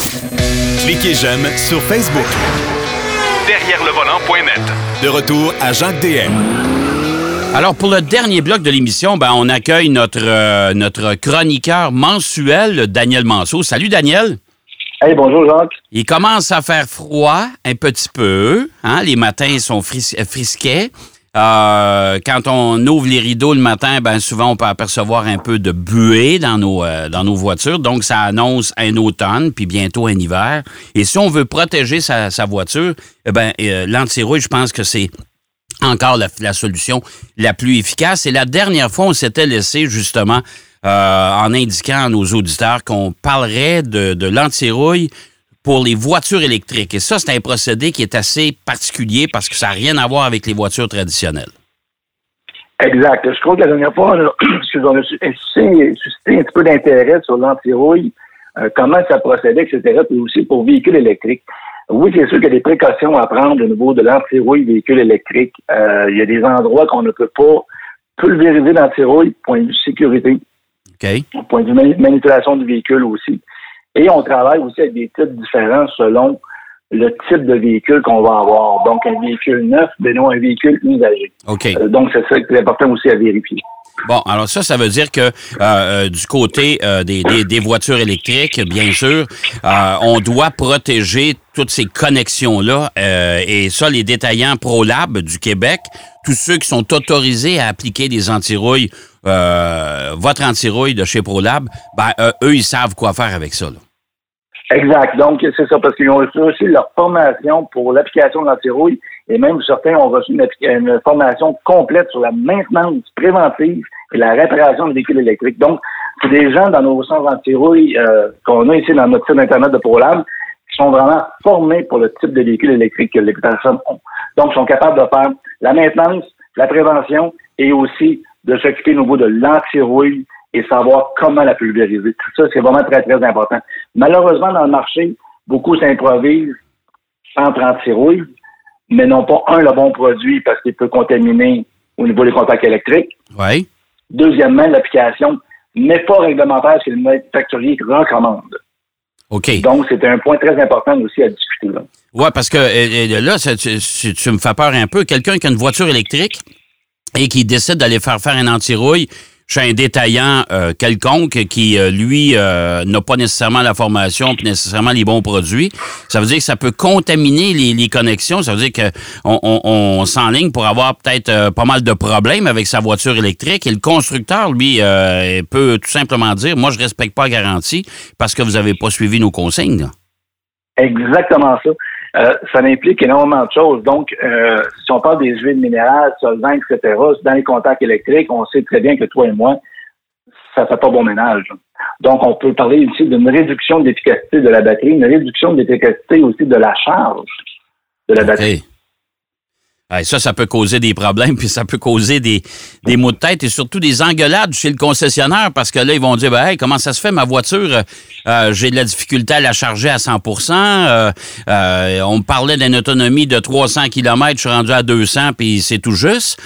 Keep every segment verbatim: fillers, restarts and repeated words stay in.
Cliquez j'aime sur Facebook. Derrière le volant point net. De retour à Jacques D M. Alors, pour le dernier bloc de l'émission, ben, on accueille notre, euh, notre chroniqueur mensuel, Daniel Manceau. Salut, Daniel. Hey, bonjour, Jacques. Il commence à faire froid un petit peu. Hein? Les matins sont fris- frisquets. Euh, quand on ouvre les rideaux le matin, ben souvent on peut apercevoir un peu de buée dans nos euh, dans nos voitures. Donc, ça annonce un automne, puis bientôt un hiver. Et si on veut protéger sa, sa voiture, eh ben euh, l'anti-rouille, je pense que c'est encore la, la solution la plus efficace. Et la dernière fois, on s'était laissé justement euh, en indiquant à nos auditeurs qu'on parlerait de, de l'anti-rouille pour les voitures électriques. Et ça, c'est un procédé qui est assez particulier parce que ça n'a rien à voir avec les voitures traditionnelles. Exact. Je crois que la dernière fois, on a, on a suscité, suscité un petit peu d'intérêt sur l'anti-rouille, euh, comment ça procédait, et cetera, puis aussi pour véhicules électriques. Oui, c'est sûr qu'il y a des précautions à prendre au niveau de l'anti-rouille véhicule électrique. Euh, il y a des endroits qu'on ne peut pas pulvériser l'anti-rouille, point de vue sécurité, OK. point de vue mani- manipulation du véhicule aussi. Et on travaille aussi avec des types différents selon le type de véhicule qu'on va avoir. Donc, un véhicule neuf, mais non un véhicule usagé. OK. Euh, donc, c'est ça qui est important aussi à vérifier. Bon, alors ça, ça veut dire que euh, du côté euh, des, des, des voitures électriques, bien sûr, euh, on doit protéger toutes ces connexions-là. Euh, et ça, les détaillants ProLab du Québec, tous ceux qui sont autorisés à appliquer des anti-rouilles, euh, votre anti-rouille de chez ProLab, ben, euh, eux, ils savent quoi faire avec ça, là. Exact. Donc, c'est ça, parce qu'ils ont reçu aussi leur formation pour l'application de l'anti-rouille, et même certains ont reçu une, une formation complète sur la maintenance préventive et la réparation des véhicules électriques. Donc, c'est des gens dans nos centres anti-rouille euh, qu'on a ici dans notre site Internet de ProLab qui sont vraiment formés pour le type de véhicule électrique que les personnes ont. Donc, ils sont capables de faire la maintenance, la prévention et aussi de s'occuper au niveau de l'anti-rouille et savoir comment la pulvériser. Tout ça, c'est vraiment très, très important. Malheureusement, dans le marché, beaucoup s'improvisent centre anti-rouille, mais n'ont pas, un, le bon produit parce qu'il peut contaminer au niveau des contacts électriques. Oui. Deuxièmement, l'application n'est pas réglementaire ce que le manufacturier recommande. OK. Donc, c'est un point très important aussi à discuter là. Oui, parce que euh, là, ça, tu, tu, tu me fais peur un peu. Quelqu'un qui a une voiture électrique et qui décide d'aller faire faire un anti-rouille chez un détaillant euh, quelconque qui, euh, lui, euh, n'a pas nécessairement la formation puis nécessairement les bons produits, ça veut dire que ça peut contaminer les, les connexions. Ça veut dire qu'on on, on s'enligne pour avoir peut-être euh, pas mal de problèmes avec sa voiture électrique. Et le constructeur, lui, euh, peut tout simplement dire, moi, je respecte pas la garantie parce que vous avez pas suivi nos consignes, là. Exactement ça. Euh, ça implique énormément de choses. Donc, euh, si on parle des huiles minérales, solvants, et cetera, dans les contacts électriques, on sait très bien que toi et moi, ça fait pas bon ménage. Donc, on peut parler ici d'une réduction de l'efficacité de la batterie, une réduction de l'efficacité aussi de la charge de la batterie. Okay. Ouais, ça, ça peut causer des problèmes, puis ça peut causer des, des maux de tête et surtout des engueulades chez le concessionnaire parce que là, ils vont dire, ben, hey, comment ça se fait, ma voiture, euh, j'ai de la difficulté à la charger à cent pour cent. Euh, euh, on me parlait d'une autonomie de trois cents kilomètres, je suis rendu à deux cents, puis c'est tout juste.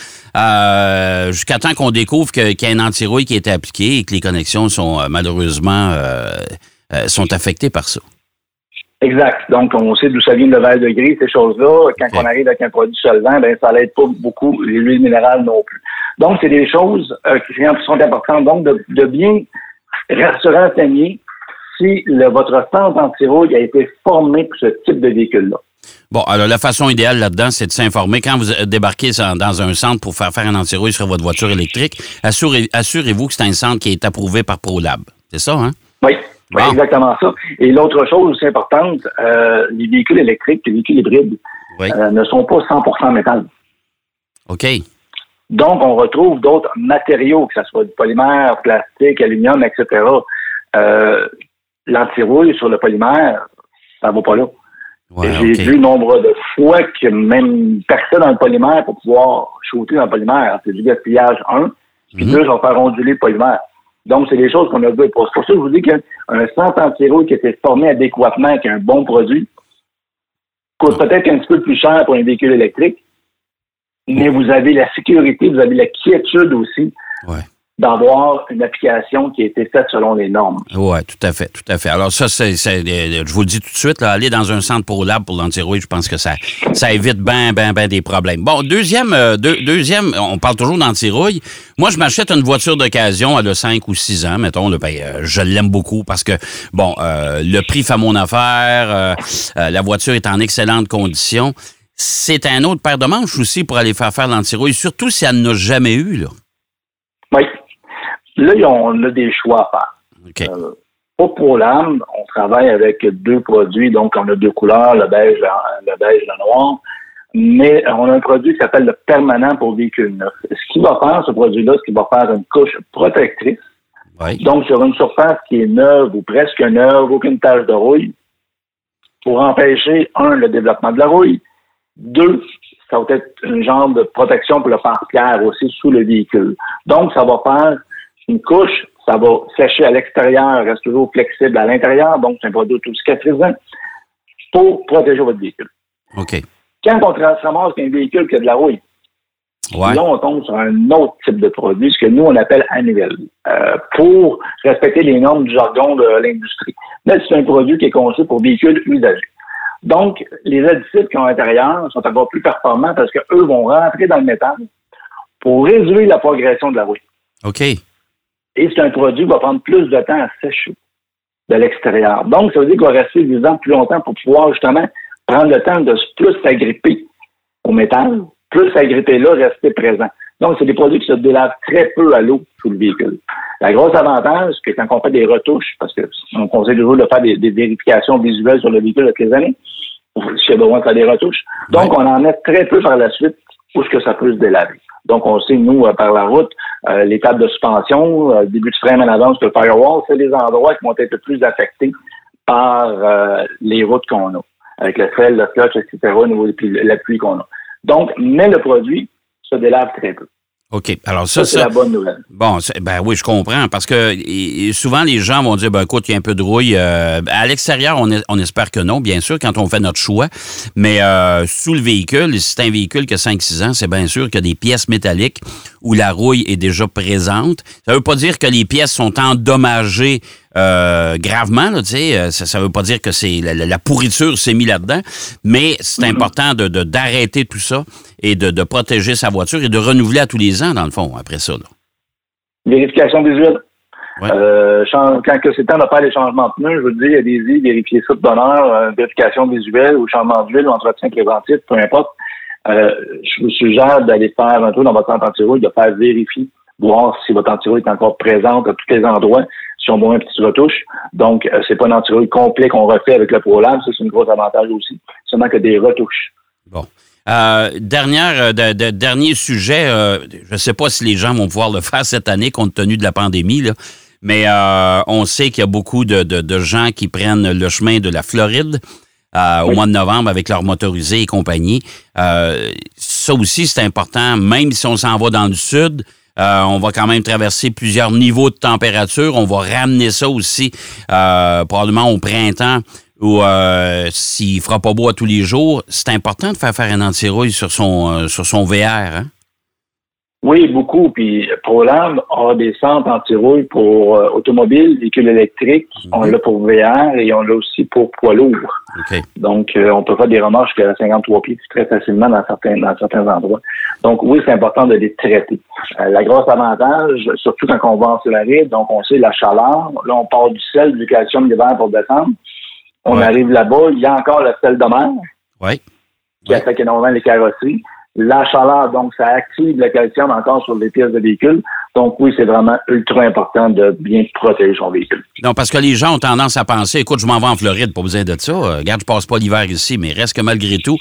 Euh, jusqu'à temps qu'on découvre que, qu'il y a un anti-rouille qui a été appliqué et que les connexions sont euh, malheureusement euh, euh, sont affectées par ça. Exact. Donc, on sait d'où ça vient le verre de gris, ces choses-là. Quand okay. on arrive avec un produit solvant, ben ça l'aide pas beaucoup les huiles minérales non plus. Donc, c'est des choses euh, qui sont importantes. Donc, de, de bien se renseigner si le, votre centre anti-rouille a été formé pour ce type de véhicule-là. Bon, alors la façon idéale là-dedans, c'est de s'informer. Quand vous débarquez dans un centre pour faire faire un anti-rouille sur votre voiture électrique, assurez, assurez-vous que c'est un centre qui est approuvé par ProLab. C'est ça, hein? Oui. Oui, bon. Exactement ça. Et l'autre chose aussi importante, euh, les véhicules électriques, les véhicules hybrides, oui. euh, ne sont pas cent pour cent métal. OK. Donc, on retrouve d'autres matériaux, que ce soit du polymère, plastique, aluminium, et cetera. Euh, l'anti-rouille sur le polymère, ça ne va pas là. Ouais, J'ai okay. vu nombre de fois que même percer dans le polymère pour pouvoir shooter dans le polymère, c'est du gaspillage, un, puis mm-hmm. deux, on va faire onduler le polymère. Donc, c'est des choses qu'on a vues. C'est pour ça que je vous dis qu'un centre anti-rouille qui était formé adéquatement avec un bon produit coûte peut-être un petit peu plus cher pour un véhicule électrique, mais vous avez la sécurité, vous avez la quiétude aussi ouais. d'avoir une application qui a été faite selon les normes. Oui, tout à fait, tout à fait. Alors ça, c'est, c'est, je vous le dis tout de suite, là, aller dans un centre ProLab pour l'antirouille, je pense que ça, ça évite ben, ben, ben des problèmes. Bon, deuxième, euh, deux, deuxième, on parle toujours d'antirouille. Moi, je m'achète une voiture d'occasion, elle a cinq ou six ans, mettons, là, ben, euh, je l'aime beaucoup parce que, bon, euh, le prix fait mon affaire, euh, euh, la voiture est en excellente condition. C'est un autre paire de manches aussi pour aller faire faire l'antirouille, surtout si elle n'a jamais eu, là. Oui. Là, on a des choix à faire. Okay. Euh, pour ProLab, on travaille avec deux produits, donc on a deux couleurs, le beige, le beige et le noir, mais on a un produit qui s'appelle le permanent pour véhicule neuf. Ce qu'il va faire, ce produit-là, c'est qu'il va faire une couche protectrice, oui. donc sur une surface qui est neuve ou presque neuve, aucune tache de rouille, pour empêcher, un, le développement de la rouille, deux, ça va être un genre de protection pour le pare-pierre aussi sous le véhicule. Donc, ça va faire une couche, ça va sécher à l'extérieur, reste toujours flexible à l'intérieur, donc c'est un produit tout cicatrisant pour protéger votre véhicule. OK. Quand on se ramasse avec un véhicule qui a de la rouille, ouais. Là, on tombe sur un autre type de produit, ce que nous, on appelle annuel, euh, pour respecter les normes du jargon de l'industrie. Mais c'est un produit qui est conçu pour véhicules usagés. Donc, les additifs qui ont à l'intérieur sont encore plus performants parce qu'eux vont rentrer dans le métal pour réduire la progression de la rouille. OK. Et c'est un produit qui va prendre plus de temps à sécher de l'extérieur. Donc, ça veut dire qu'il va rester vivant plus longtemps pour pouvoir justement prendre le temps de plus s'agripper au métal, plus s'agripper là, rester présent. Donc, c'est des produits qui se délavent très peu à l'eau sous le véhicule. La grosse avantage, c'est que quand on fait des retouches, parce qu'on conseille toujours de faire des, des vérifications visuelles sur le véhicule avec les années, s'il y a besoin de faire des retouches. Donc, ouais. On en met très peu par la suite où est-ce que ça peut se délaver. Donc, on sait, nous, euh, par la route, euh, les tables de suspension, euh, début de frein en avance, le firewall, c'est des endroits qui vont être le plus affectés par euh, les routes qu'on a, avec le trail, le clutch, et cetera, au niveau de l'appui qu'on a. Donc, mais le produit se délave très peu. OK. Alors ça, ça c'est ça, la bonne nouvelle. Bon, ben oui, je comprends, parce que et, souvent les gens vont dire, ben écoute, il y a un peu de rouille. Euh, à l'extérieur, on, est, on espère que non, bien sûr, quand on fait notre choix. Mais euh, sous le véhicule, si c'est un véhicule qui a cinq six ans, c'est bien sûr qu'il y a des pièces métalliques où la rouille est déjà présente. Ça ne veut pas dire que les pièces sont endommagées euh, gravement, là, tu sais. Ça ne veut pas dire que c'est la, la pourriture s'est mise là-dedans, mais c'est mm-hmm. important de, de, d'arrêter tout ça et de, de protéger sa voiture et de renouveler à tous les ans, dans le fond, après ça. Là. Vérification visuelle. Ouais. Euh, quand c'est temps de faire les changements de pneus, je vous le dis, allez-y, vérifiez ça de bonne heure, euh, vérification visuelle ou changement d'huile ou entretien préventif, peu importe. Euh, je vous suggère d'aller faire un tour dans votre centre anti-rouille, de faire vérifier, voir si votre anti-rouille est encore présente à tous les endroits, si on voit une petite retouche. Donc, euh, c'est pas un anti-rouille complet qu'on refait avec le ProLab, ça c'est un gros avantage aussi, seulement que des retouches. Bon. Euh, dernière, de, de, dernier sujet, euh, je ne sais pas si les gens vont pouvoir le faire cette année compte tenu de la pandémie, là, mais euh, on sait qu'il y a beaucoup de, de, de gens qui prennent le chemin de la Floride euh, oui. au mois de novembre avec leurs motorisés et compagnie. Euh, ça aussi, c'est important, même si on s'en va dans le sud. Euh, on va quand même traverser plusieurs niveaux de température. On va ramener ça aussi euh, probablement au printemps ou euh, s'il fera pas beau à tous les jours. C'est important de faire faire un anti-rouille sur son euh, sur son V R, hein? Oui, beaucoup. Puis ProLab a des centres anti-rouille pour euh, automobiles, véhicules électriques. Mm-hmm. On l'a pour V R et on l'a aussi pour poids lourds. Okay. Donc, euh, on peut faire des remorques jusqu'à cinquante-trois pieds très facilement dans certains dans certains endroits. Donc, oui, c'est important de les traiter. Euh, la grosse avantage, surtout quand on va en Floride, donc on sait la chaleur. Là, on part du sel, du calcium l'hiver pour descendre. On ouais. arrive là-bas, il y a encore le sel de mer ouais. qui ouais. attaque énormément les carrosseries. La chaleur, donc, ça active le calcium encore sur les pièces de véhicule. Donc, oui, c'est vraiment ultra important de bien protéger son véhicule. Non, parce que les gens ont tendance à penser, écoute, je m'en vais en Floride, pas besoin de ça. Regarde, je passe pas l'hiver ici, mais reste que malgré tout,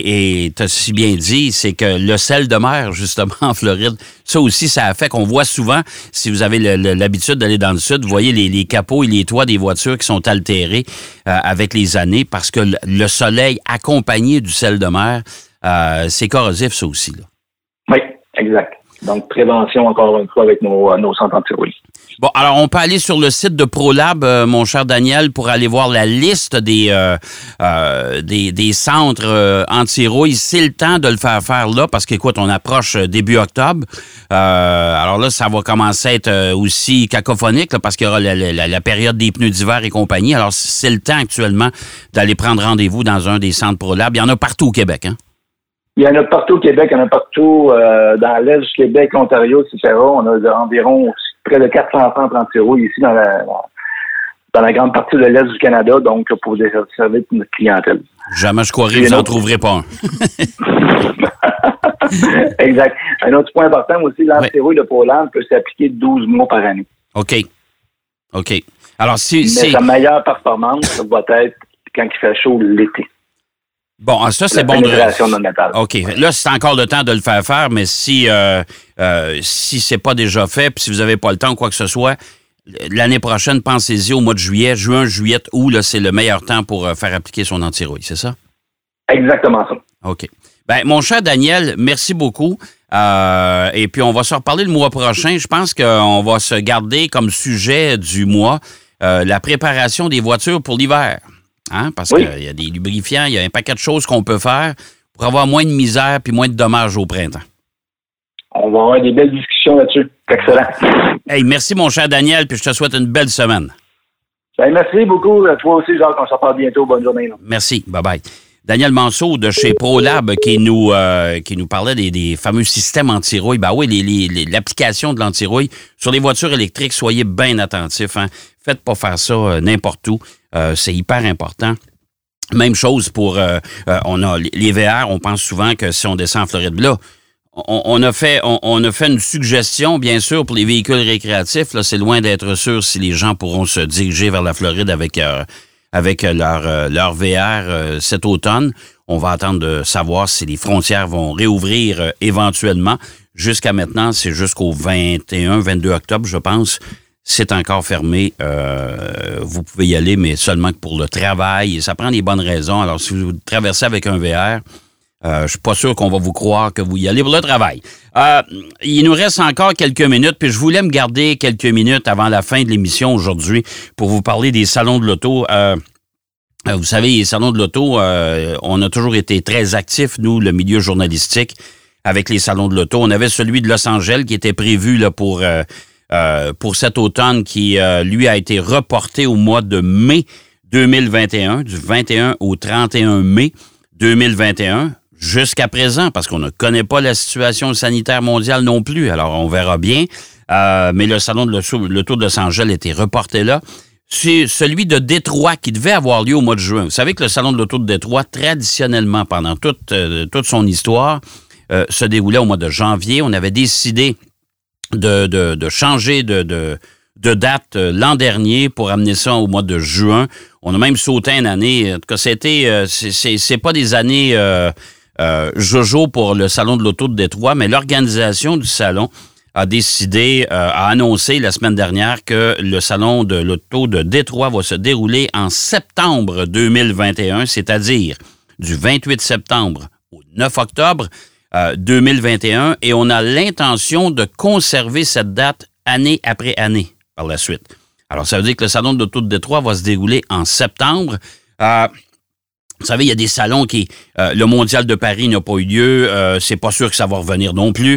et tu as si bien dit, c'est que le sel de mer, justement, en Floride, ça aussi, ça a fait qu'on voit souvent, si vous avez le, le, l'habitude d'aller dans le sud, vous voyez les, les capots et les toits des voitures qui sont altérés euh, avec les années parce que le, le soleil accompagné du sel de mer, Euh, c'est corrosif, ça aussi, là. Oui, exact. Donc, prévention, encore une fois, avec nos, nos centres anti-rouille. Bon, alors on peut aller sur le site de ProLab, euh, mon cher Daniel, pour aller voir la liste des euh, euh, des, des centres euh, anti-rouille. C'est le temps de le faire faire là, parce qu'écoute, on approche début octobre. Euh, alors là, ça va commencer à être euh, aussi cacophonique, là, parce qu'il y aura la, la, la période des pneus d'hiver et compagnie. Alors, c'est le temps actuellement d'aller prendre rendez-vous dans un des centres ProLab. Il y en a partout au Québec, hein? Il y en a partout au Québec, il y en a partout euh, dans l'Est du Québec, Ontario, et cetera. On a environ près de quatre cents centres anti-rouille ici dans la, dans la grande partie de l'Est du Canada, donc pour desservir notre clientèle. Jamais je croirais que vous n'en trouverez pas un. Exact. Un autre point important aussi, l'anti-rouille de ProLab peut s'appliquer douze mois par année. OK. OK. Alors, si... Mais si... sa meilleure performance, ça va être quand il fait chaud l'été. Bon, ça, c'est la bon de... de métal. OK. Là, c'est encore le temps de le faire faire, mais si euh, euh, si c'est pas déjà fait, puis si vous n'avez pas le temps ou quoi que ce soit, l'année prochaine, pensez-y au mois de juillet, juin, juillet, août, là, c'est le meilleur temps pour euh, faire appliquer son anti-rouille, c'est ça? Exactement ça. OK. Ben, mon cher Daniel, merci beaucoup. Euh, et puis, on va se reparler le mois prochain. Je pense qu'on va se garder comme sujet du mois euh, la préparation des voitures pour l'hiver. Hein? Parce oui. qu'il y a des lubrifiants, il y a un paquet de choses qu'on peut faire pour avoir moins de misère puis moins de dommages au printemps. On va avoir des belles discussions là-dessus. Excellent. Hey, merci, mon cher Daniel, puis je te souhaite une belle semaine. Ben, merci beaucoup. Toi aussi, Jacques. On se reparle bientôt. Bonne journée. Là. Merci. Bye-bye. Daniel Manceau de chez ProLab qui nous euh, qui nous parlait des, des fameux systèmes anti-rouille. Ben oui, les, les, les, l'application de l'anti-rouille sur les voitures électriques, soyez bien attentifs. Hein. Faites pas faire ça euh, n'importe où. Euh, c'est hyper important. Même chose pour euh, euh, on a les V R, on pense souvent que si on descend en Floride, là, on, on a fait on, on a fait une suggestion, bien sûr, pour les véhicules récréatifs. Là, c'est loin d'être sûr si les gens pourront se diriger vers la Floride avec euh, avec leur, euh, leur V R euh, cet automne. On va attendre de savoir si les frontières vont réouvrir euh, éventuellement. Jusqu'à maintenant, c'est jusqu'au vingt et un vingt-deux octobre, je pense. C'est encore fermé. Euh, vous pouvez y aller, mais seulement que pour le travail. Et ça prend des bonnes raisons. Alors, si vous traversez avec un V R, euh, je suis pas sûr qu'on va vous croire que vous y allez pour le travail. Euh, il nous reste encore quelques minutes, puis je voulais me garder quelques minutes avant la fin de l'émission aujourd'hui pour vous parler des salons de l'auto. Euh, vous savez, les salons de l'auto, euh, on a toujours été très actifs, nous, le milieu journalistique, avec les salons de l'auto. On avait celui de Los Angeles qui était prévu là pour... Euh, Euh, pour cet automne qui, euh, lui, a été reporté au mois de mai deux mille vingt et un, du vingt et un au trente et un mai deux mille vingt et un, jusqu'à présent, parce qu'on ne connaît pas la situation sanitaire mondiale non plus, alors on verra bien. Euh, mais le salon de l'auto de Los Angeles était reporté là. C'est celui de Détroit qui devait avoir lieu au mois de juin. Vous savez que le salon de l'auto de Détroit, traditionnellement, pendant toute, euh, toute son histoire, euh, se déroulait au mois de janvier. On avait décidé De, de, de changer de, de, de date euh, l'an dernier pour amener ça au mois de juin. On a même sauté une année. En tout cas, c'était, euh, c'est, c'est, c'est pas des années euh, euh, jojo pour le Salon de l'Auto de Détroit, mais l'organisation du salon a décidé, euh, a annoncé la semaine dernière que le Salon de l'Auto de Détroit va se dérouler en septembre deux mille vingt et un, c'est-à-dire du vingt-huit septembre au neuf octobre. Euh, deux mille vingt et un, et on a l'intention de conserver cette date année après année par la suite. Alors, ça veut dire que le Salon de l'Auto de Détroit va se dérouler en septembre. Euh, vous savez, il y a des salons qui... Euh, le Mondial de Paris n'a pas eu lieu. Euh, c'est pas sûr que ça va revenir non plus.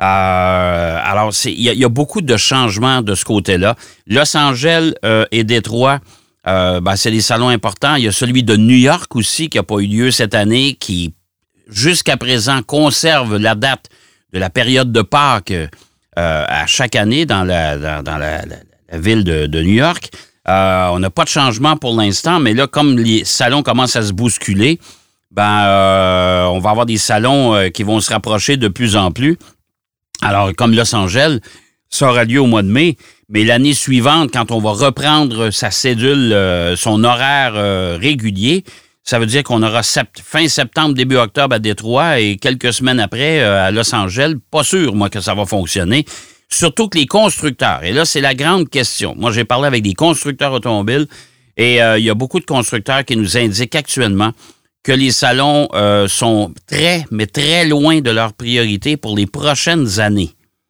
Euh, alors, il y, y a beaucoup de changements de ce côté-là. Los Angeles euh, et Détroit, euh, ben, c'est des salons importants. Il y a celui de New York aussi qui n'a pas eu lieu cette année, qui... jusqu'à présent, conserve la date de la période de Pâques euh, à chaque année dans la, dans, dans la, la, la ville de, de New York. Euh, on n'a pas de changement pour l'instant, mais là, comme les salons commencent à se bousculer, ben, euh, on va avoir des salons euh, qui vont se rapprocher de plus en plus. Alors, comme Los Angeles, ça aura lieu au mois de mai, mais l'année suivante, quand on va reprendre sa cédule, euh, son horaire euh, régulier, ça veut dire qu'on aura sept, fin septembre, début octobre à Détroit et quelques semaines après euh, à Los Angeles. Pas sûr, moi, que ça va fonctionner. Surtout que les constructeurs, et là, c'est la grande question. Moi, j'ai parlé avec des constructeurs automobiles et euh, il y a beaucoup de constructeurs qui nous indiquent actuellement que les salons euh, sont très, mais très loin de leur priorité pour les prochaines années.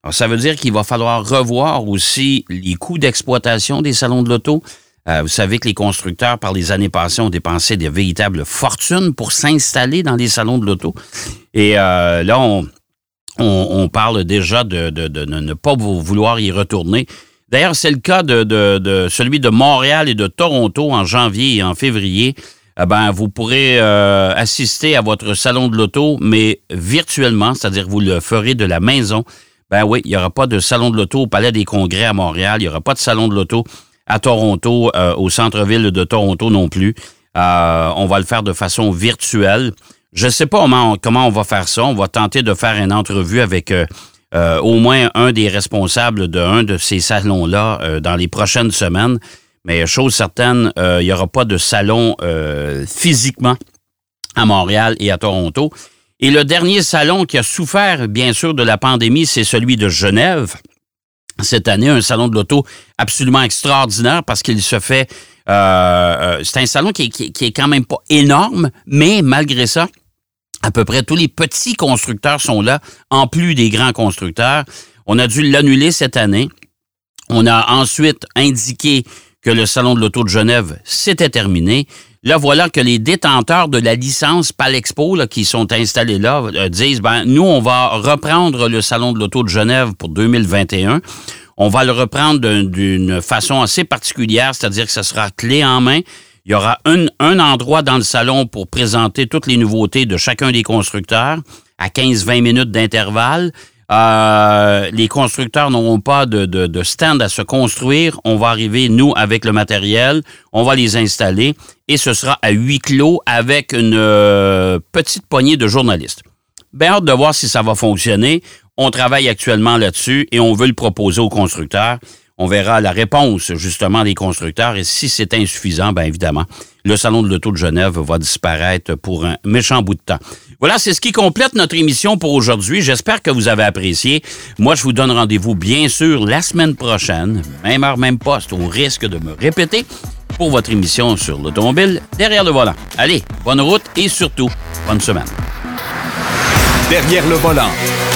Alors, ça veut dire qu'il va falloir revoir aussi les coûts d'exploitation des salons de l'auto. Euh, vous savez que les constructeurs, par les années passées, ont dépensé des véritables fortunes pour s'installer dans les salons de l'auto. Et euh, là, on, on, on parle déjà de, de, de, de ne pas vouloir y retourner. D'ailleurs, c'est le cas de, de, de celui de Montréal et de Toronto en janvier et en février. Eh ben, vous pourrez euh, assister à votre salon de l'auto, mais virtuellement, c'est-à-dire vous le ferez de la maison. Ben oui, il n'y aura pas de salon de l'auto au Palais des Congrès à Montréal. Il n'y aura pas de salon de l'auto à Toronto, euh, au centre-ville de Toronto non plus. Euh, on va le faire de façon virtuelle. Je ne sais pas comment, comment on va faire ça. On va tenter de faire une entrevue avec euh, euh, au moins un des responsables d'un de ces salons-là euh, dans les prochaines semaines. Mais chose certaine, euh, il n'y aura pas de salon euh, physiquement à Montréal et à Toronto. Et le dernier salon qui a souffert, bien sûr, de la pandémie, c'est celui de Genève. Cette année, un salon de l'auto absolument extraordinaire parce qu'il se fait... Euh, euh, c'est un salon qui, qui, qui est quand même pas énorme, mais malgré ça, à peu près tous les petits constructeurs sont là, en plus des grands constructeurs. On a dû l'annuler cette année. On a ensuite indiqué que le salon de l'auto de Genève, c'était terminé. Là, voilà que les détenteurs de la licence Palexpo, là, qui sont installés là, euh, disent, ben, nous, on va reprendre le salon de l'auto de Genève pour deux mille vingt et un. On va le reprendre d'un, d'une façon assez particulière, c'est-à-dire que ça sera clé en main. Il y aura un, un endroit dans le salon pour présenter toutes les nouveautés de chacun des constructeurs à quinze à vingt minutes d'intervalle. Euh, les constructeurs n'auront pas de, de, de stand à se construire. On va arriver, nous, avec le matériel. On va les installer et ce sera à huis clos avec une euh, petite poignée de journalistes. Bien hâte de voir si ça va fonctionner. On travaille actuellement là-dessus et on veut le proposer aux constructeurs. On verra la réponse, justement, des constructeurs. Et si c'est insuffisant, bien évidemment, le Salon de l'Auto de Genève va disparaître pour un méchant bout de temps. Voilà, c'est ce qui complète notre émission pour aujourd'hui. J'espère que vous avez apprécié. Moi, je vous donne rendez-vous, bien sûr, la semaine prochaine, même heure, même poste, au risque de me répéter, pour votre émission sur l'automobile Derrière le volant. Allez, bonne route et surtout, bonne semaine. Derrière le volant.